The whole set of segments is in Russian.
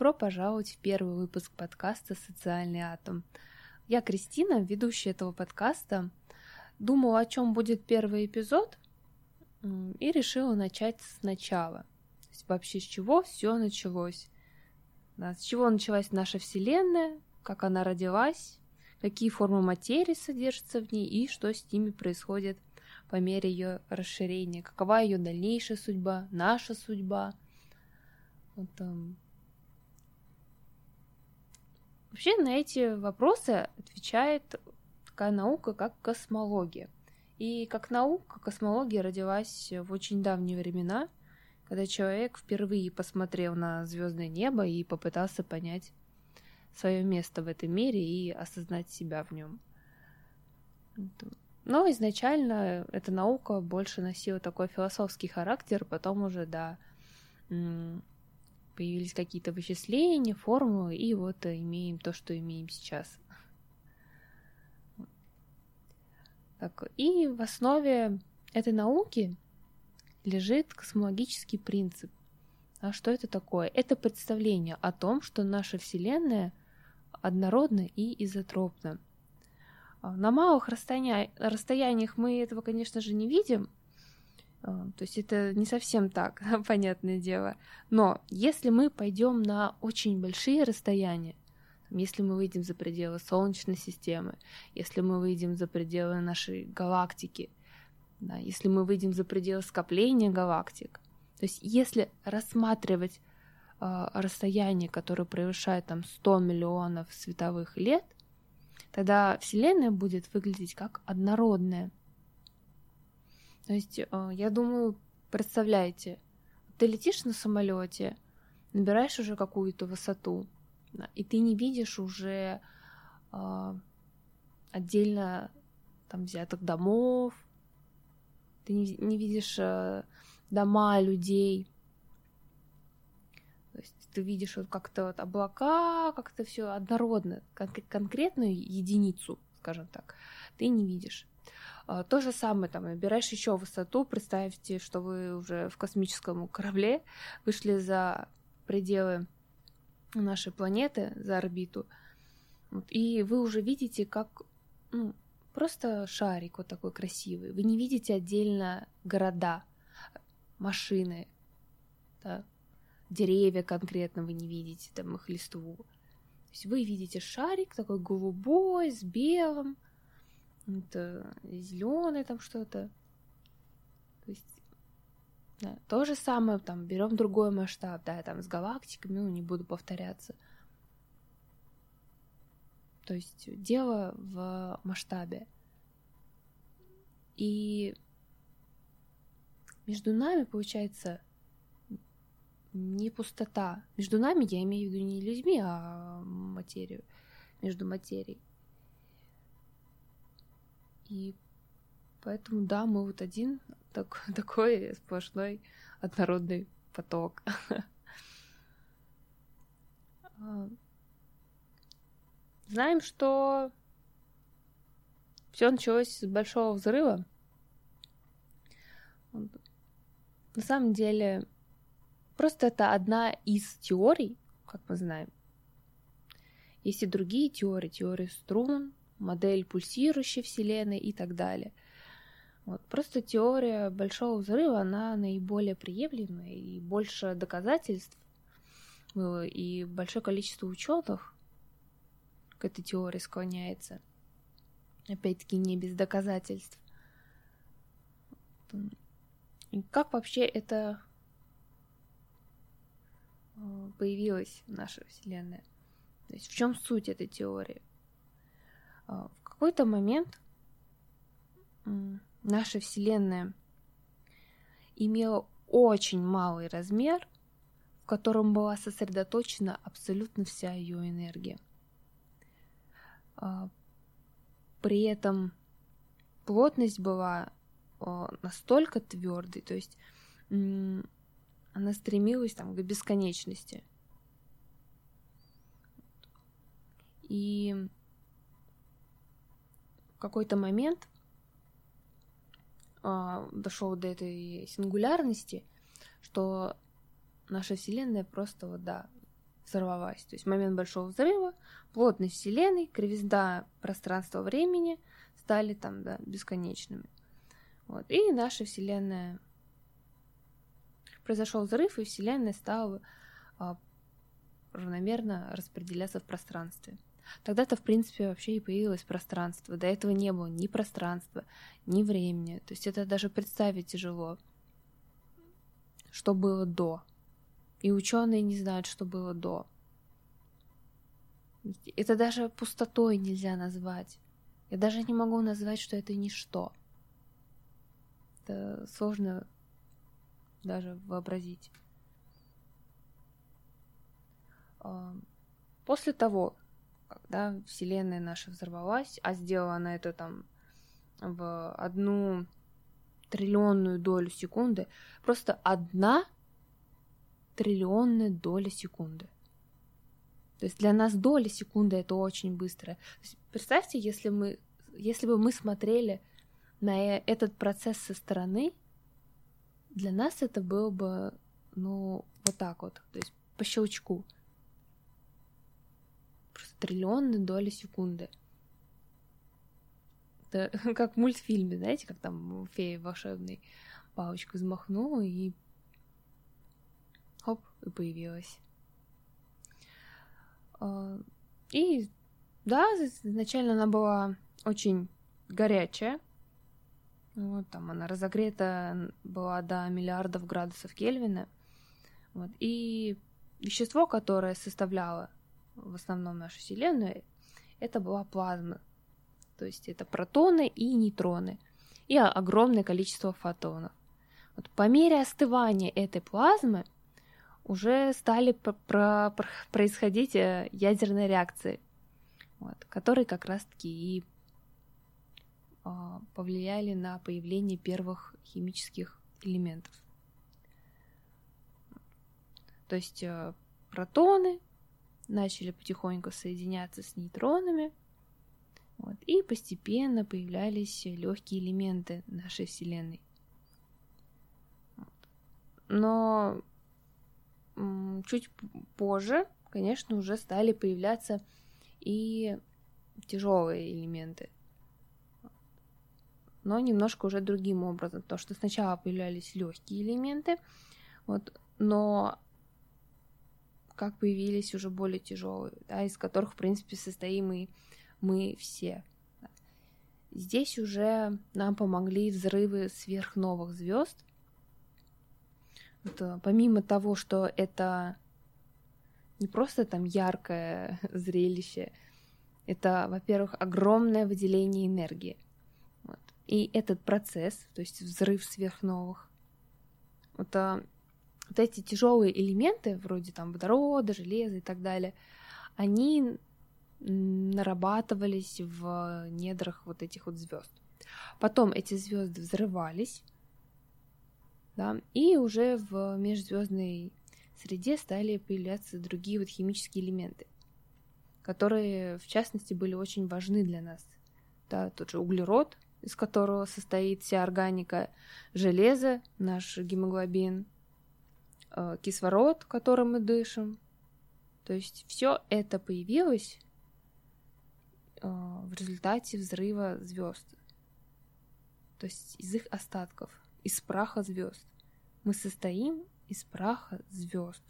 Добро пожаловать в первый выпуск подкаста «Социальный атом». Я Кристина, ведущая этого подкаста. Думала, о чем будет первый эпизод, и решила начать сначала. То есть вообще с чего все началось. Да, с чего началась наша Вселенная, как она родилась, какие формы материи содержатся в ней и что с ними происходит по мере ее расширения, какова ее дальнейшая судьба, наша судьба. Вот, Вообще на эти вопросы отвечает такая наука, как космология. И как наука, космология родилась в очень давние времена, когда человек впервые посмотрел на звездное небо и попытался понять свое место в этом мире и осознать себя в нем. Но изначально эта наука больше носила такой философский характер, потом уже, появились какие-то вычисления, формулы, и вот имеем то, что имеем сейчас. Так, и в основе этой науки лежит космологический принцип. А что это такое? Это представление о том, что наша Вселенная однородна и изотропна. На малых расстояниях мы этого, конечно же, не видим, то есть это не совсем так, понятное дело. Но если мы пойдем на очень большие расстояния, если мы выйдем за пределы Солнечной системы, если мы выйдем за пределы нашей галактики, если мы выйдем за пределы скопления галактик, то есть если рассматривать расстояние, которое превышает 100 миллионов световых лет, тогда Вселенная будет выглядеть как однородная. То есть, я думаю, представляете, ты летишь на самолете, набираешь уже какую-то высоту, и ты не видишь уже отдельно взятых домов, ты не видишь дома людей. То есть ты видишь как-то облака, как-то все однородно, конкретную единицу, скажем так, ты не видишь. То же самое, набираешь еще высоту, представьте, что вы уже в космическом корабле вышли за пределы нашей планеты, за орбиту, и вы уже видите, как просто шарик вот такой красивый. Вы не видите отдельно города, машины, деревья конкретно вы не видите, их листву. То есть вы видите шарик такой голубой, с белым, зеленый что-то. То есть, то же самое, берем другой масштаб, с галактиками, не буду повторяться. То есть дело в масштабе. И между нами, получается, не пустота. Между нами, я имею в виду не людьми, а материю. Между материей. И поэтому, мы вот один такой сплошной однородный поток. Знаем, что все началось с Большого взрыва. На самом деле, просто это одна из теорий, как мы знаем. Есть и другие теории струн, модель пульсирующей Вселенной и так далее. Просто теория Большого взрыва, она наиболее приемлемая, и больше доказательств было, и большое количество ученых к этой теории склоняется. Опять-таки, не без доказательств. И как вообще это появилась наша Вселенная? То есть в чем суть этой теории? В какой-то момент наша Вселенная имела очень малый размер, в котором была сосредоточена абсолютно вся ее энергия. При этом плотность была настолько твердой, то есть она стремилась к бесконечности. И в какой-то момент дошел до этой сингулярности, что наша Вселенная просто взорвалась. То есть в момент Большого взрыва плотность Вселенной, кривизна пространства-времени стали там, да, бесконечными. Вот. И наша Вселенная... Произошел взрыв, и Вселенная стала равномерно распределяться в пространстве. Тогда-то, в принципе, вообще и появилось пространство. До этого не было ни пространства, ни времени. То есть это даже представить тяжело, что было до. И ученые не знают, что было до. Это даже пустотой нельзя назвать. Я даже не могу назвать, что это ничто. Это сложно даже вообразить. После того, когда Вселенная наша взорвалась, а сделала она это там в 1 триллионную долю секунды, просто 1 триллионная доля секунды. То есть для нас доля секунды это очень быстро. То есть представьте, если бы мы смотрели на этот процесс со стороны, для нас это было бы, вот так вот, то есть по щелчку. Просто триллионная доля секунды. Это как в мультфильме, знаете, как там фея волшебной палочку взмахнула и хоп, и появилась. И да, изначально она была очень горячая. Вот, там она разогрета была до миллиардов градусов Кельвина. Вот, и вещество, которое составляло в основном нашу Вселенную, это была плазма. То есть это протоны и нейтроны. И огромное количество фотонов. Вот, по мере остывания этой плазмы уже стали происходить ядерные реакции, вот, которые как раз-таки и повлияли на появление первых химических элементов. То есть протоны начали потихоньку соединяться с нейтронами, вот, и постепенно появлялись легкие элементы нашей Вселенной. Но чуть позже, конечно, уже стали появляться и тяжелые элементы. Но немножко уже другим образом, потому что сначала появлялись легкие элементы, вот, но как появились уже более тяжелые, да, из которых, в принципе, состоим и мы все. Здесь уже нам помогли взрывы сверхновых звезд. Вот, помимо того, что это не просто там яркое зрелище, это, во-первых, огромное выделение энергии. Вот. И этот процесс, то есть взрыв сверхновых, вот эти тяжелые элементы, вроде там водорода, железа и так далее, они нарабатывались в недрах вот этих вот звезд. Потом эти звезды взрывались, да, и уже в межзвездной среде стали появляться другие вот химические элементы, которые, в частности, были очень важны для нас. Да, тот же углерод, из которого состоит вся органика, железо, наш гемоглобин, кислород, которым мы дышим. То есть все это появилось в результате взрыва звезд. То есть из их остатков, из праха звезд. Мы состоим из праха звезд.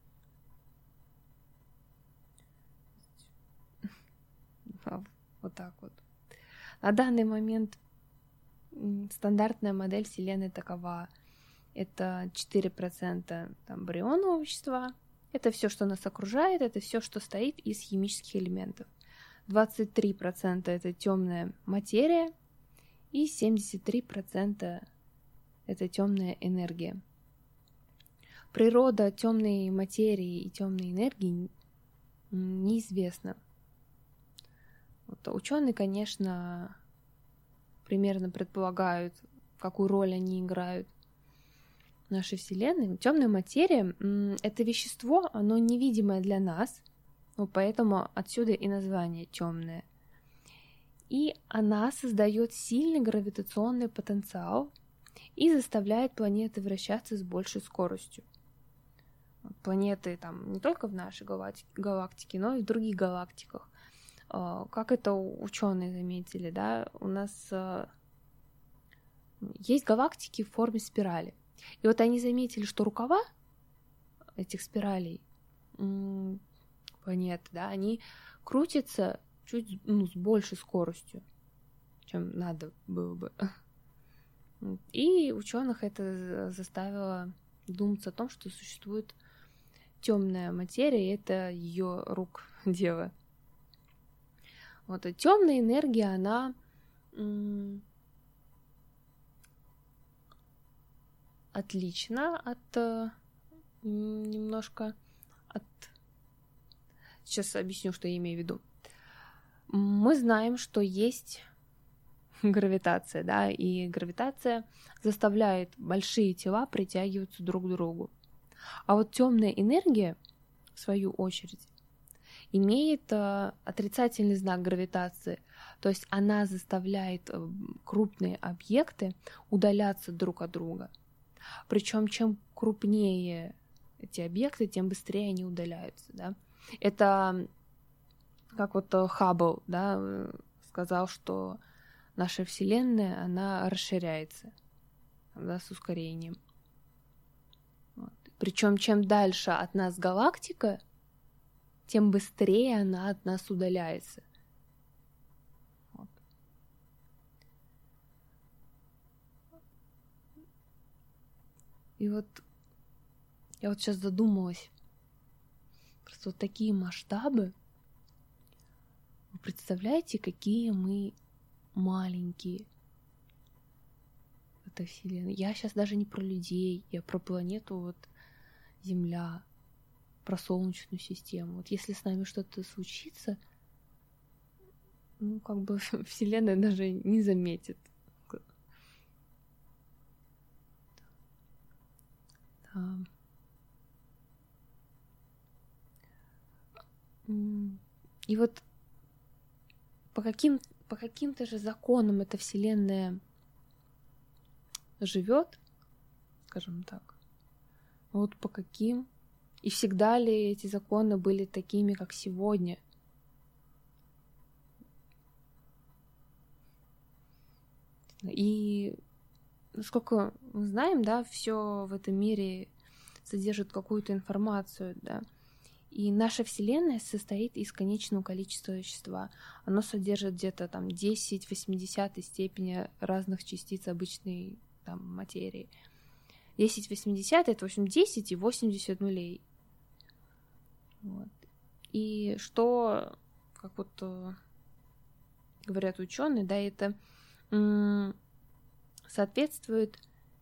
Вот так вот. На данный момент стандартная модель Вселенной такова. Это 4% там, барионного вещества. Это все, что нас окружает, это все, что стоит из химических элементов. 23% это темная материя, и 73% это темная энергия. Природа темной материи и темной энергии неизвестна. Вот, ученые, конечно, примерно предполагают, какую роль они играют в нашей Вселенной. Темная материя — это вещество, оно невидимое для нас, поэтому отсюда и название темное. И она создает сильный гравитационный потенциал и заставляет планеты вращаться с большей скоростью. планеты там не только в нашей галактике, но и в других галактиках. Как это ученые заметили, да, у нас есть галактики в форме спирали. И вот они заметили, что рукава этих спиралей планеты, да, они крутятся чуть с большей скоростью, чем надо было бы. И ученых это заставило думать о том, что существует темная материя, и это ее рук дело. Вот, и темная энергия, она отлична от немножко от... Сейчас объясню, что я имею в виду. Мы знаем, что есть гравитация, да, и гравитация заставляет большие тела притягиваться друг к другу. А вот темная энергия, в свою очередь, имеет отрицательный знак гравитации, то есть она заставляет крупные объекты удаляться друг от друга. Причем чем крупнее эти объекты, тем быстрее они удаляются. Да? Это как вот Хаббл, да, сказал, что наша Вселенная, она расширяется, да, с ускорением. Вот. Причем чем дальше от нас галактика, тем быстрее она от нас удаляется. Вот. И вот я вот сейчас задумалась. Просто вот такие масштабы. Вы представляете, какие мы маленькие в этой вселенной. Я сейчас даже не про людей, я про планету вот Земля, про Солнечную систему. Вот если с нами что-то случится, ну, как бы Вселенная даже не заметит. Да. И вот по каким-то же законам эта Вселенная живет, скажем так. Вот по каким? И всегда ли эти законы были такими, как сегодня? И насколько мы знаем, да, все в этом мире содержит какую-то информацию, да. И наша Вселенная состоит из конечного количества вещества. Оно содержит где-то там 10 в 80 степени разных частиц обычной там материи. 10 в 80 это, в общем, 10 и 80 нулей. Вот. И что, как вот говорят ученые, да, это соответствует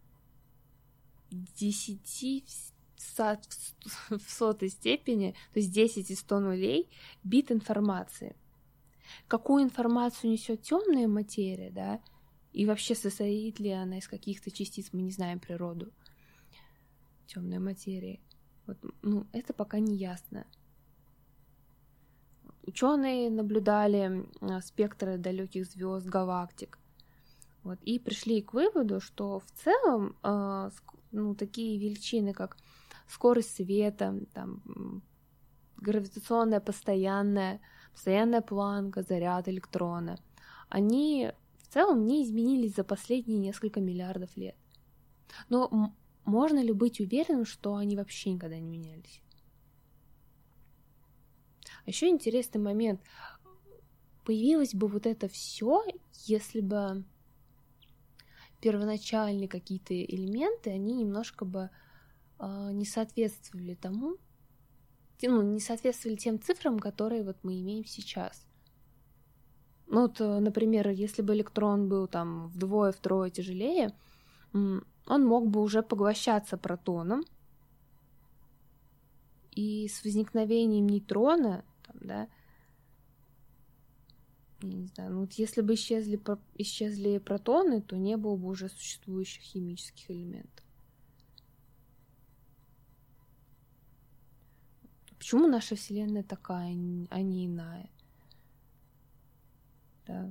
10 в сотой степени, то есть 10 и 100 нулей бит информации. Какую информацию несет темная материя, да, и вообще состоит ли она из каких-то частиц, мы не знаем природу темной материи. Вот, ну, это пока не ясно. Ученые наблюдали спектры далеких звезд, галактик, вот, и пришли к выводу, что в целом ну, такие величины, как скорость света, там, гравитационная постоянная планка, заряд электрона, они в целом не изменились за последние несколько миллиардов лет. Но можно ли быть уверенным, что они вообще никогда не менялись? А еще интересный момент. Появилось бы вот это все, если бы первоначальные какие-то элементы, они немножко бы не соответствовали тому, ну, не соответствовали тем цифрам, которые вот мы имеем сейчас. Ну, вот, например, если бы электрон был там вдвое-втрое тяжелее, он мог бы уже поглощаться протоном, и с возникновением нейтрона, там, да, я не знаю, ну вот если бы исчезли протоны, то не было бы уже существующих химических элементов. Почему наша Вселенная такая, а не иная? Да.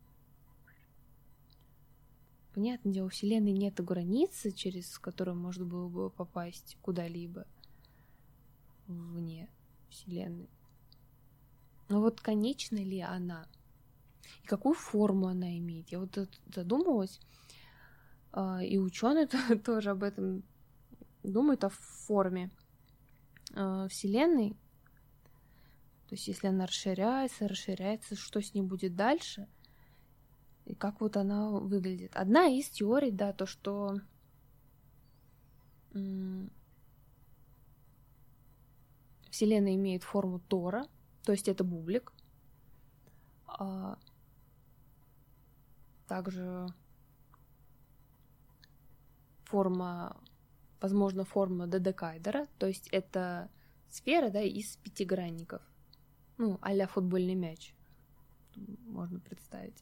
Понятное дело, у Вселенной нет границы, через которую можно было бы попасть куда-либо. вне Вселенной. Но вот конечна ли она? И какую форму она имеет? Я вот задумалась, и ученые тоже об этом думают, о форме Вселенной. То есть если она расширяется, что с ней будет дальше? И как вот она выглядит? Одна из теорий, да, то, что Вселенная имеет форму тора, то есть это бублик. Также возможно, форма додекаэдра, то есть это сфера, да, из пятигранников. Ну, а-ля футбольный мяч. Можно представить.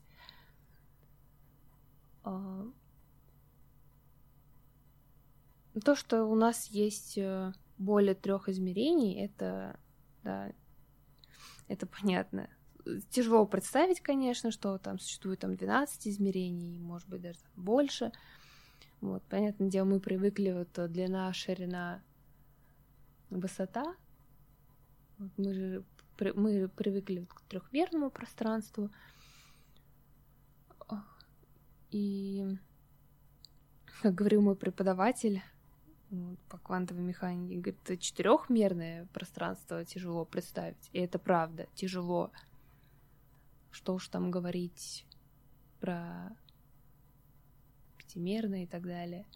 То, что у нас есть более 3 измерений, это, да, это понятно. Тяжело представить, конечно, что там существует 12 измерений, может быть, даже больше. Вот, понятное дело, мы привыкли, вот длина, ширина, высота. Вот мы привыкли к трехмерному пространству. И, как говорил мой преподаватель по квантовой механике, говорит, 4-мерное пространство тяжело представить. И это правда, тяжело. Что уж там говорить про 5-мерное и так далее.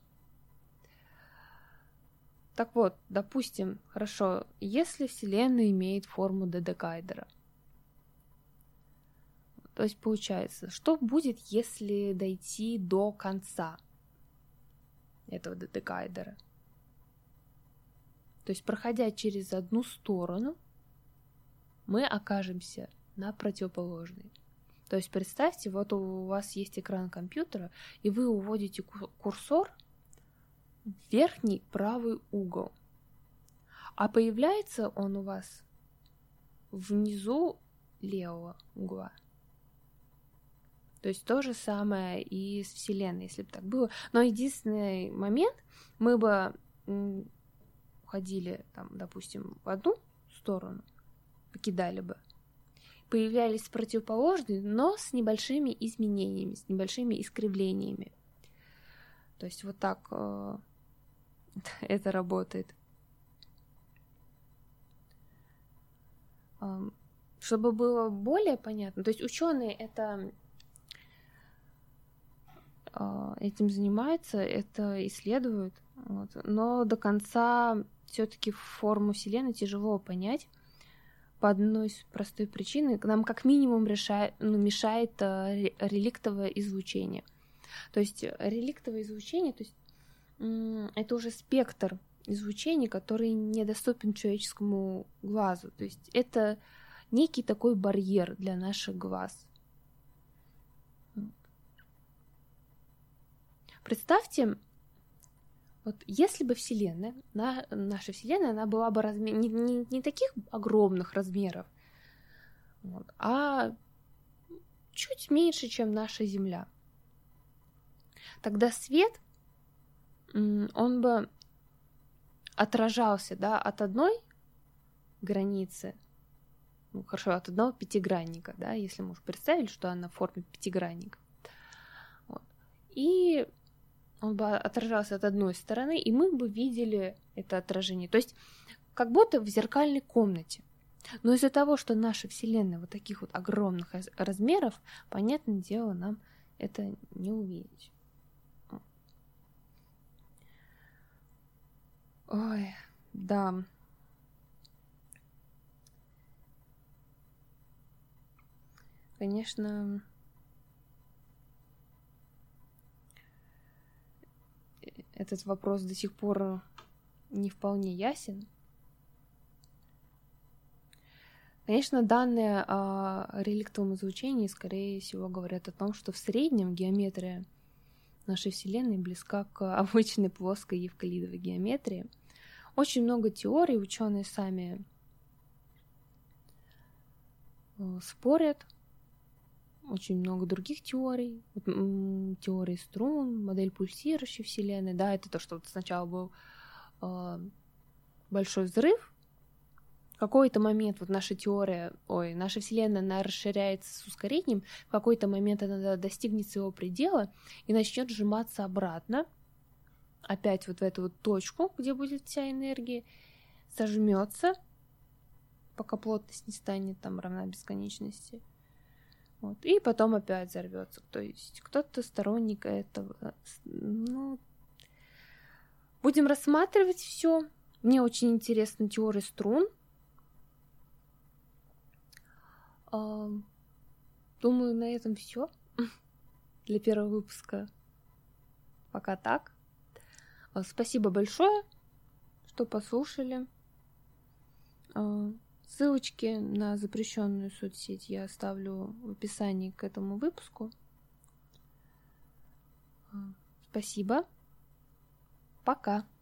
Так вот, допустим, хорошо, если Вселенная имеет форму додекаэдра, то есть получается, что будет, если дойти до конца этого додекаэдра? То есть, проходя через одну сторону, мы окажемся на противоположной. То есть, представьте, вот у вас есть экран компьютера, и вы уводите курсор в верхний правый угол. А появляется он у вас внизу левого угла. То есть то же самое и с Вселенной, если бы так было. Но единственный момент, мы бы уходили, там, допустим, в одну сторону, покидали бы, появлялись противоположные, но с небольшими изменениями, с небольшими искривлениями. То есть вот так это работает. Чтобы было более понятно, то есть ученые этим занимаются, это исследуют, вот, но до конца все-таки форму Вселенной тяжело понять по одной простой причине. Нам как минимум мешает реликтовое излучение. То есть реликтовое излучение, то есть это уже спектр излучения, который недоступен человеческому глазу. То есть это некий такой барьер для наших глаз. Представьте, вот если бы Вселенная, наша Вселенная, она была бы не таких огромных размеров, вот, а чуть меньше, чем наша Земля. Тогда свет, он бы отражался, да, от одной границы, ну, хорошо, от одного пятигранника, да, если мы уж представили, что она в форме пятигранника. Вот. И он бы отражался от одной стороны, и мы бы видели это отражение. То есть как будто в зеркальной комнате. Но из-за того, что наша Вселенная вот таких вот огромных размеров, понятное дело, нам это не увидеть. Ой, да. Конечно, этот вопрос до сих пор не вполне ясен. Конечно, данные о реликтовом излучении, скорее всего, говорят о том, что в среднем геометрия нашей Вселенной близка к обычной плоской евклидовой геометрии. Очень много теорий, ученые сами спорят. Очень много других теорий. Теории струн, модель пульсирующей Вселенной. Да, это то, что вот сначала был большой взрыв, В какой-то момент вот наша Вселенная, она расширяется с ускорением, в какой-то момент она достигнет своего предела и начнет сжиматься обратно, опять вот в эту вот точку, где будет вся энергия, сожмется, пока плотность не станет там равна бесконечности. Вот. И потом опять взорвется. То есть кто-то сторонник этого. Ну, будем рассматривать все. Мне очень интересна теория струн. Думаю, на этом все для первого выпуска. Пока так. Спасибо большое, что послушали. Ссылочки на запрещенную соцсеть я оставлю в описании к этому выпуску. Спасибо. Пока.